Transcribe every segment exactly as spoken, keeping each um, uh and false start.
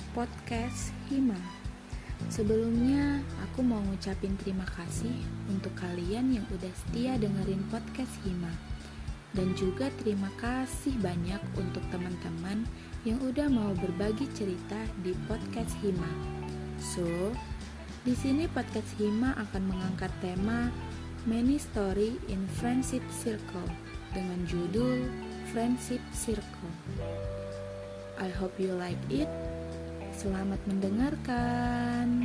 podcast Hima. Sebelumnya aku mau ngucapin terima kasih untuk kalian yang udah setia dengerin podcast Hima. Dan juga terima kasih banyak untuk teman-teman yang udah mau berbagi cerita di podcast Hima. So, di sini podcast Hima akan mengangkat tema Many Story in Friendship Circle dengan judul Friendship Circle. I hope you like it. Selamat mendengarkan.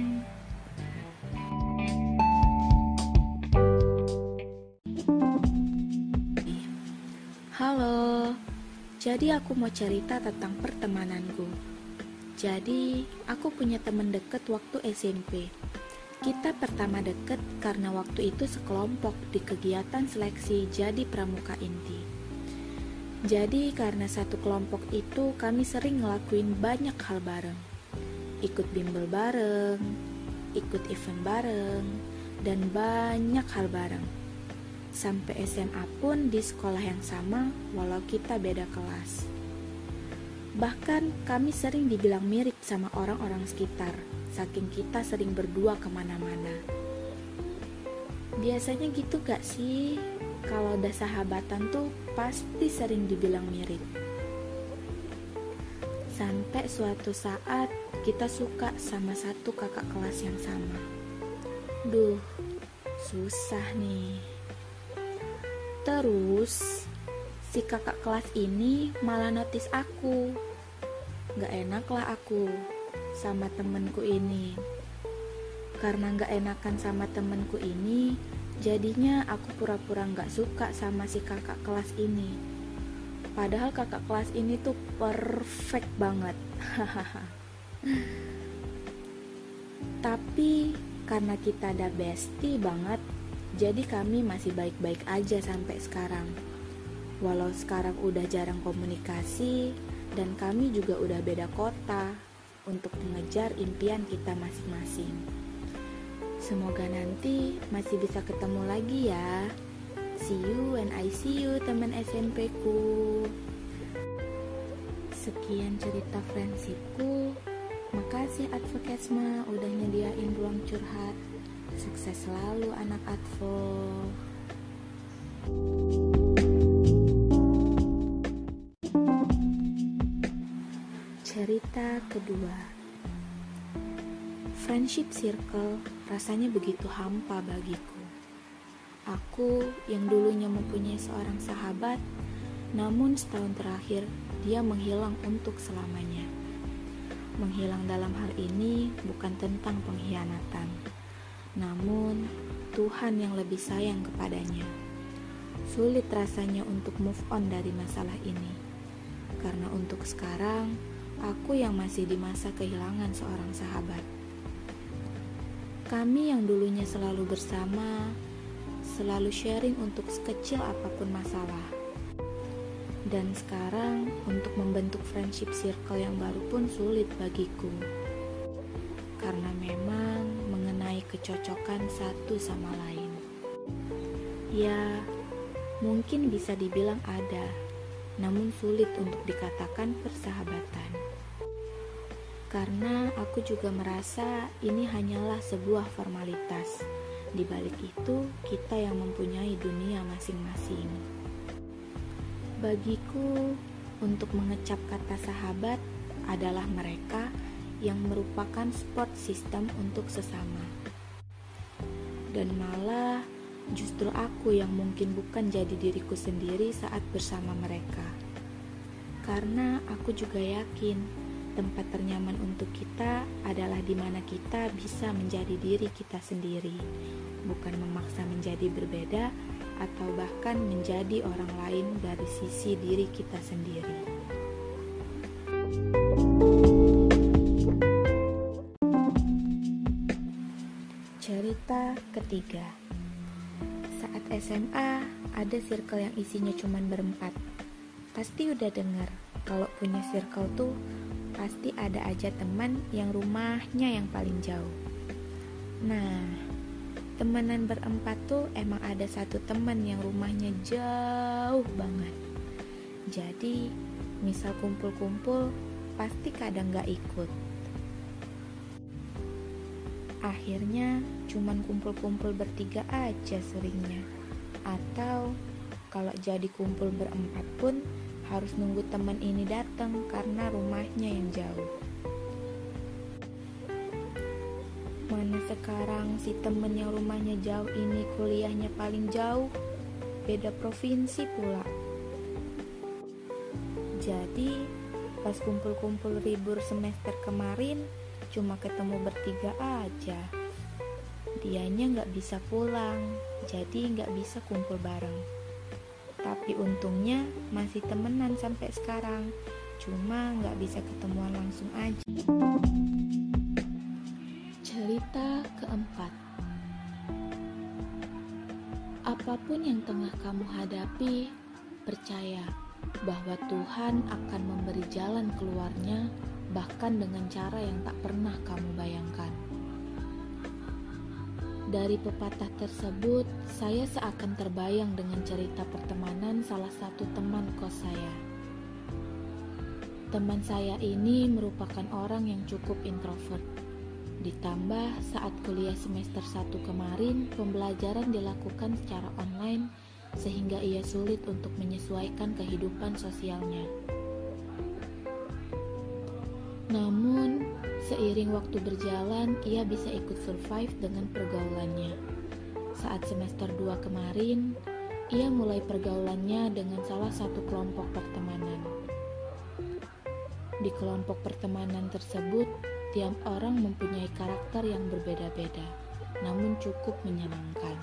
Halo, jadi aku mau cerita tentang pertemananku. Jadi, aku punya teman deket waktu S M P. Kita pertama deket karena waktu itu sekelompok di kegiatan seleksi jadi pramuka inti. Jadi karena satu kelompok itu kami sering ngelakuin banyak hal bareng. Ikut bimbel bareng, ikut event bareng, dan banyak hal bareng. Sampai S M A pun di sekolah yang sama walau kita beda kelas. Bahkan kami sering dibilang mirip sama orang-orang sekitar, saking kita sering berdua kemana-mana. Biasanya gitu gak sih? Kalau udah sahabatan tuh pasti sering dibilang mirip. Sampai suatu saat kita suka sama satu kakak kelas yang sama. Duh, susah nih. Terus si kakak kelas ini malah notice aku. Gak enak lah aku sama temenku ini. Karena gak enakan sama temenku ini, jadinya aku pura-pura gak suka sama si kakak kelas ini. Padahal kakak kelas ini tuh perfect banget. Tapi karena kita ada bestie banget, jadi kami masih baik-baik aja sampai sekarang. Walau sekarang udah jarang komunikasi, dan kami juga udah beda kota untuk mengejar impian kita masing-masing. Semoga nanti masih bisa ketemu lagi ya. See you when I see you, teman S M P ku. Sekian cerita friendshipku. Makasih Advokesma udah nyediain ruang curhat. Sukses selalu anak Advo. Cerita kedua. Friendship circle rasanya begitu hampa bagiku. Aku yang dulunya mempunyai seorang sahabat, namun setahun terakhir dia menghilang untuk selamanya. Menghilang dalam hal ini bukan tentang pengkhianatan, namun Tuhan yang lebih sayang kepadanya. Sulit rasanya untuk move on dari masalah ini, karena untuk sekarang aku yang masih di masa kehilangan seorang sahabat. Kami yang dulunya selalu bersama, selalu sharing untuk sekecil apapun masalah. Dan sekarang untuk membentuk friendship circle yang baru pun sulit bagiku. Karena memang mengenai kecocokan satu sama lain. Ya, mungkin bisa dibilang ada, namun sulit untuk dikatakan persahabatan. Karena aku juga merasa ini hanyalah sebuah formalitas. Di balik itu, kita yang mempunyai dunia masing-masing. Bagiku, untuk mengecap kata sahabat adalah mereka yang merupakan support system untuk sesama. Dan malah justru aku yang mungkin bukan jadi diriku sendiri saat bersama mereka. Karena aku juga yakin tempat ternyaman untuk kita adalah di mana kita bisa menjadi diri kita sendiri, bukan memaksa menjadi berbeda atau bahkan menjadi orang lain dari sisi diri kita sendiri. Cerita ketiga. Saat S M A ada circle yang isinya cuman berempat. Pasti udah dengar kalau punya circle tuh pasti ada aja teman yang rumahnya yang paling jauh. Nah, temenan berempat tuh emang ada satu teman yang rumahnya jauh banget. Jadi, misal kumpul-kumpul, pasti kadang gak ikut. Akhirnya cuman kumpul-kumpul bertiga aja seringnya. Atau kalau jadi kumpul berempat pun harus nunggu teman ini datang karena rumahnya yang jauh. Mana sekarang si temen yang rumahnya jauh ini kuliahnya paling jauh, beda provinsi pula. Jadi pas kumpul-kumpul libur semester kemarin cuma ketemu bertiga aja. Dianya gak bisa pulang, jadi gak bisa kumpul bareng. Tapi untungnya masih temenan sampai sekarang, cuma gak bisa ketemuan langsung aja. Cerita keempat. Apapun yang tengah kamu hadapi, percaya bahwa Tuhan akan memberi jalan keluarnya, bahkan dengan cara yang tak pernah kamu bayangkan. Dari pepatah tersebut, saya seakan terbayang dengan cerita pertemanan salah satu teman kos saya. Teman saya ini merupakan orang yang cukup introvert. Ditambah saat kuliah semester satu kemarin, pembelajaran dilakukan secara online sehingga ia sulit untuk menyesuaikan kehidupan sosialnya. Namun, seiring waktu berjalan, ia bisa ikut survive dengan pergaulannya. Saat semester dua kemarin, ia mulai pergaulannya dengan salah satu kelompok pertemanan. Di kelompok pertemanan tersebut, tiap orang mempunyai karakter yang berbeda-beda, namun cukup menyenangkan.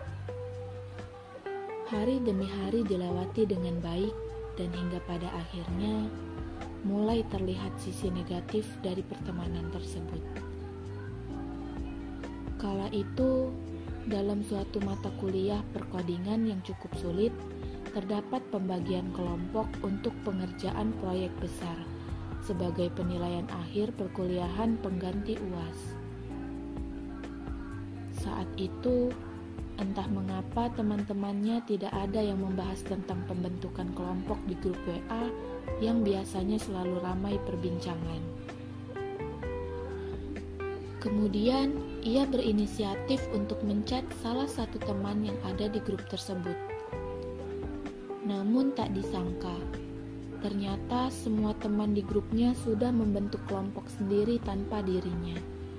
Hari demi hari dilewati dengan baik, dan hingga pada akhirnya mulai terlihat sisi negatif dari pertemanan tersebut. Kala itu, dalam suatu mata kuliah perkodingan yang cukup sulit, terdapat pembagian kelompok untuk pengerjaan proyek besar sebagai penilaian akhir perkuliahan pengganti U A S. Saat itu, entah mengapa teman-temannya tidak ada yang membahas tentang pembentukan kelompok di grup W A yang biasanya selalu ramai perbincangan. Kemudian, ia berinisiatif untuk menchat salah satu teman yang ada di grup tersebut. Namun tak disangka, ternyata semua teman di grupnya sudah membentuk kelompok sendiri tanpa dirinya.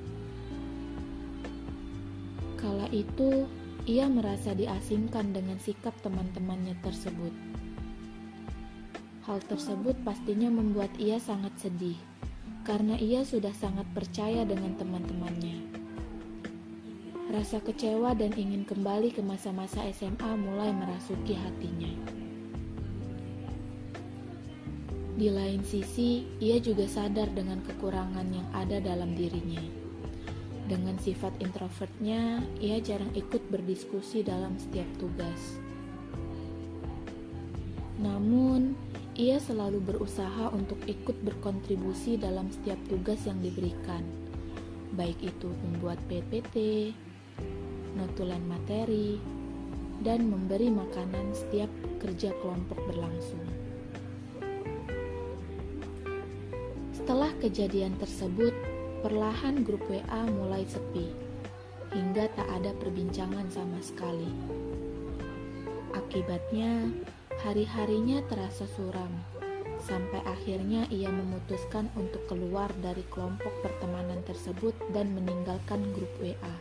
Kala itu, ia merasa diasingkan dengan sikap teman-temannya tersebut. Hal tersebut pastinya membuat ia sangat sedih, karena ia sudah sangat percaya dengan teman-temannya. Rasa kecewa dan ingin kembali ke masa-masa S M A mulai merasuki hatinya. Di lain sisi, ia juga sadar dengan kekurangan yang ada dalam dirinya. Dengan sifat introvertnya, ia jarang ikut berdiskusi dalam setiap tugas. Namun, ia selalu berusaha untuk ikut berkontribusi dalam setiap tugas yang diberikan, baik itu membuat P P T, notulen materi, dan memberi makanan setiap kerja kelompok berlangsung. Setelah kejadian tersebut, perlahan grup W A mulai sepi, hingga tak ada perbincangan sama sekali. Akibatnya, hari-harinya terasa suram, sampai akhirnya ia memutuskan untuk keluar dari kelompok pertemanan tersebut dan meninggalkan grup W A.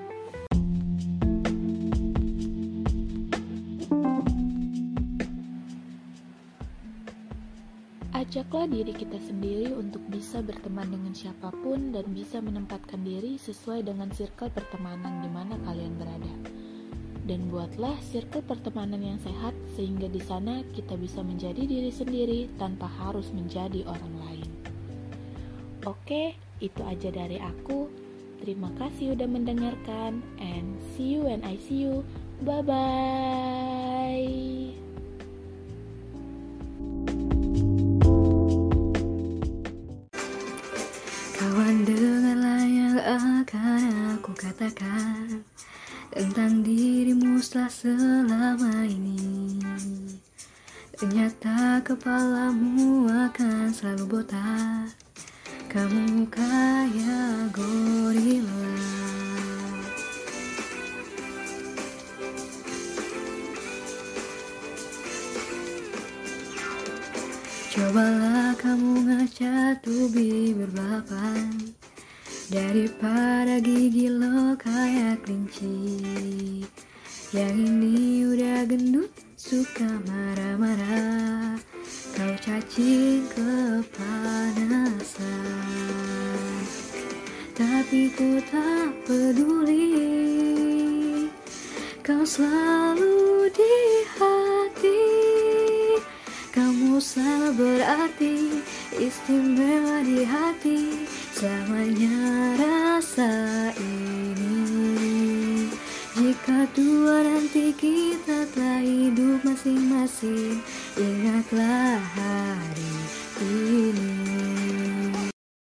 Ajaklah diri kita sendiri untuk bisa berteman dengan siapapun dan bisa menempatkan diri sesuai dengan circle pertemanan di mana kalian berada. Dan buatlah circle pertemanan yang sehat sehingga di sana kita bisa menjadi diri sendiri tanpa harus menjadi orang lain. Oke, itu aja dari aku. Terima kasih udah mendengarkan and see you when I see you. Bye-bye. Kawan, dengarlah yang akan aku katakan tentang dirimu setelah selama ini. Ternyata kepalamu akan selalu botak Kamu kayak gorila. Cobalah kamu ngaca tuh bibir belapan, daripada gigi lo kayak kelinci. Yang ini udah gendut, suka marah-marah, kau cacing kepanasan. Tapi ku tak peduli, kau selalu di hati. Kamu selalu berarti, istimewa di hati, selamanya rasa ini. Jika tua nanti kita telah hidup masing-masing, ingatlah hari ini.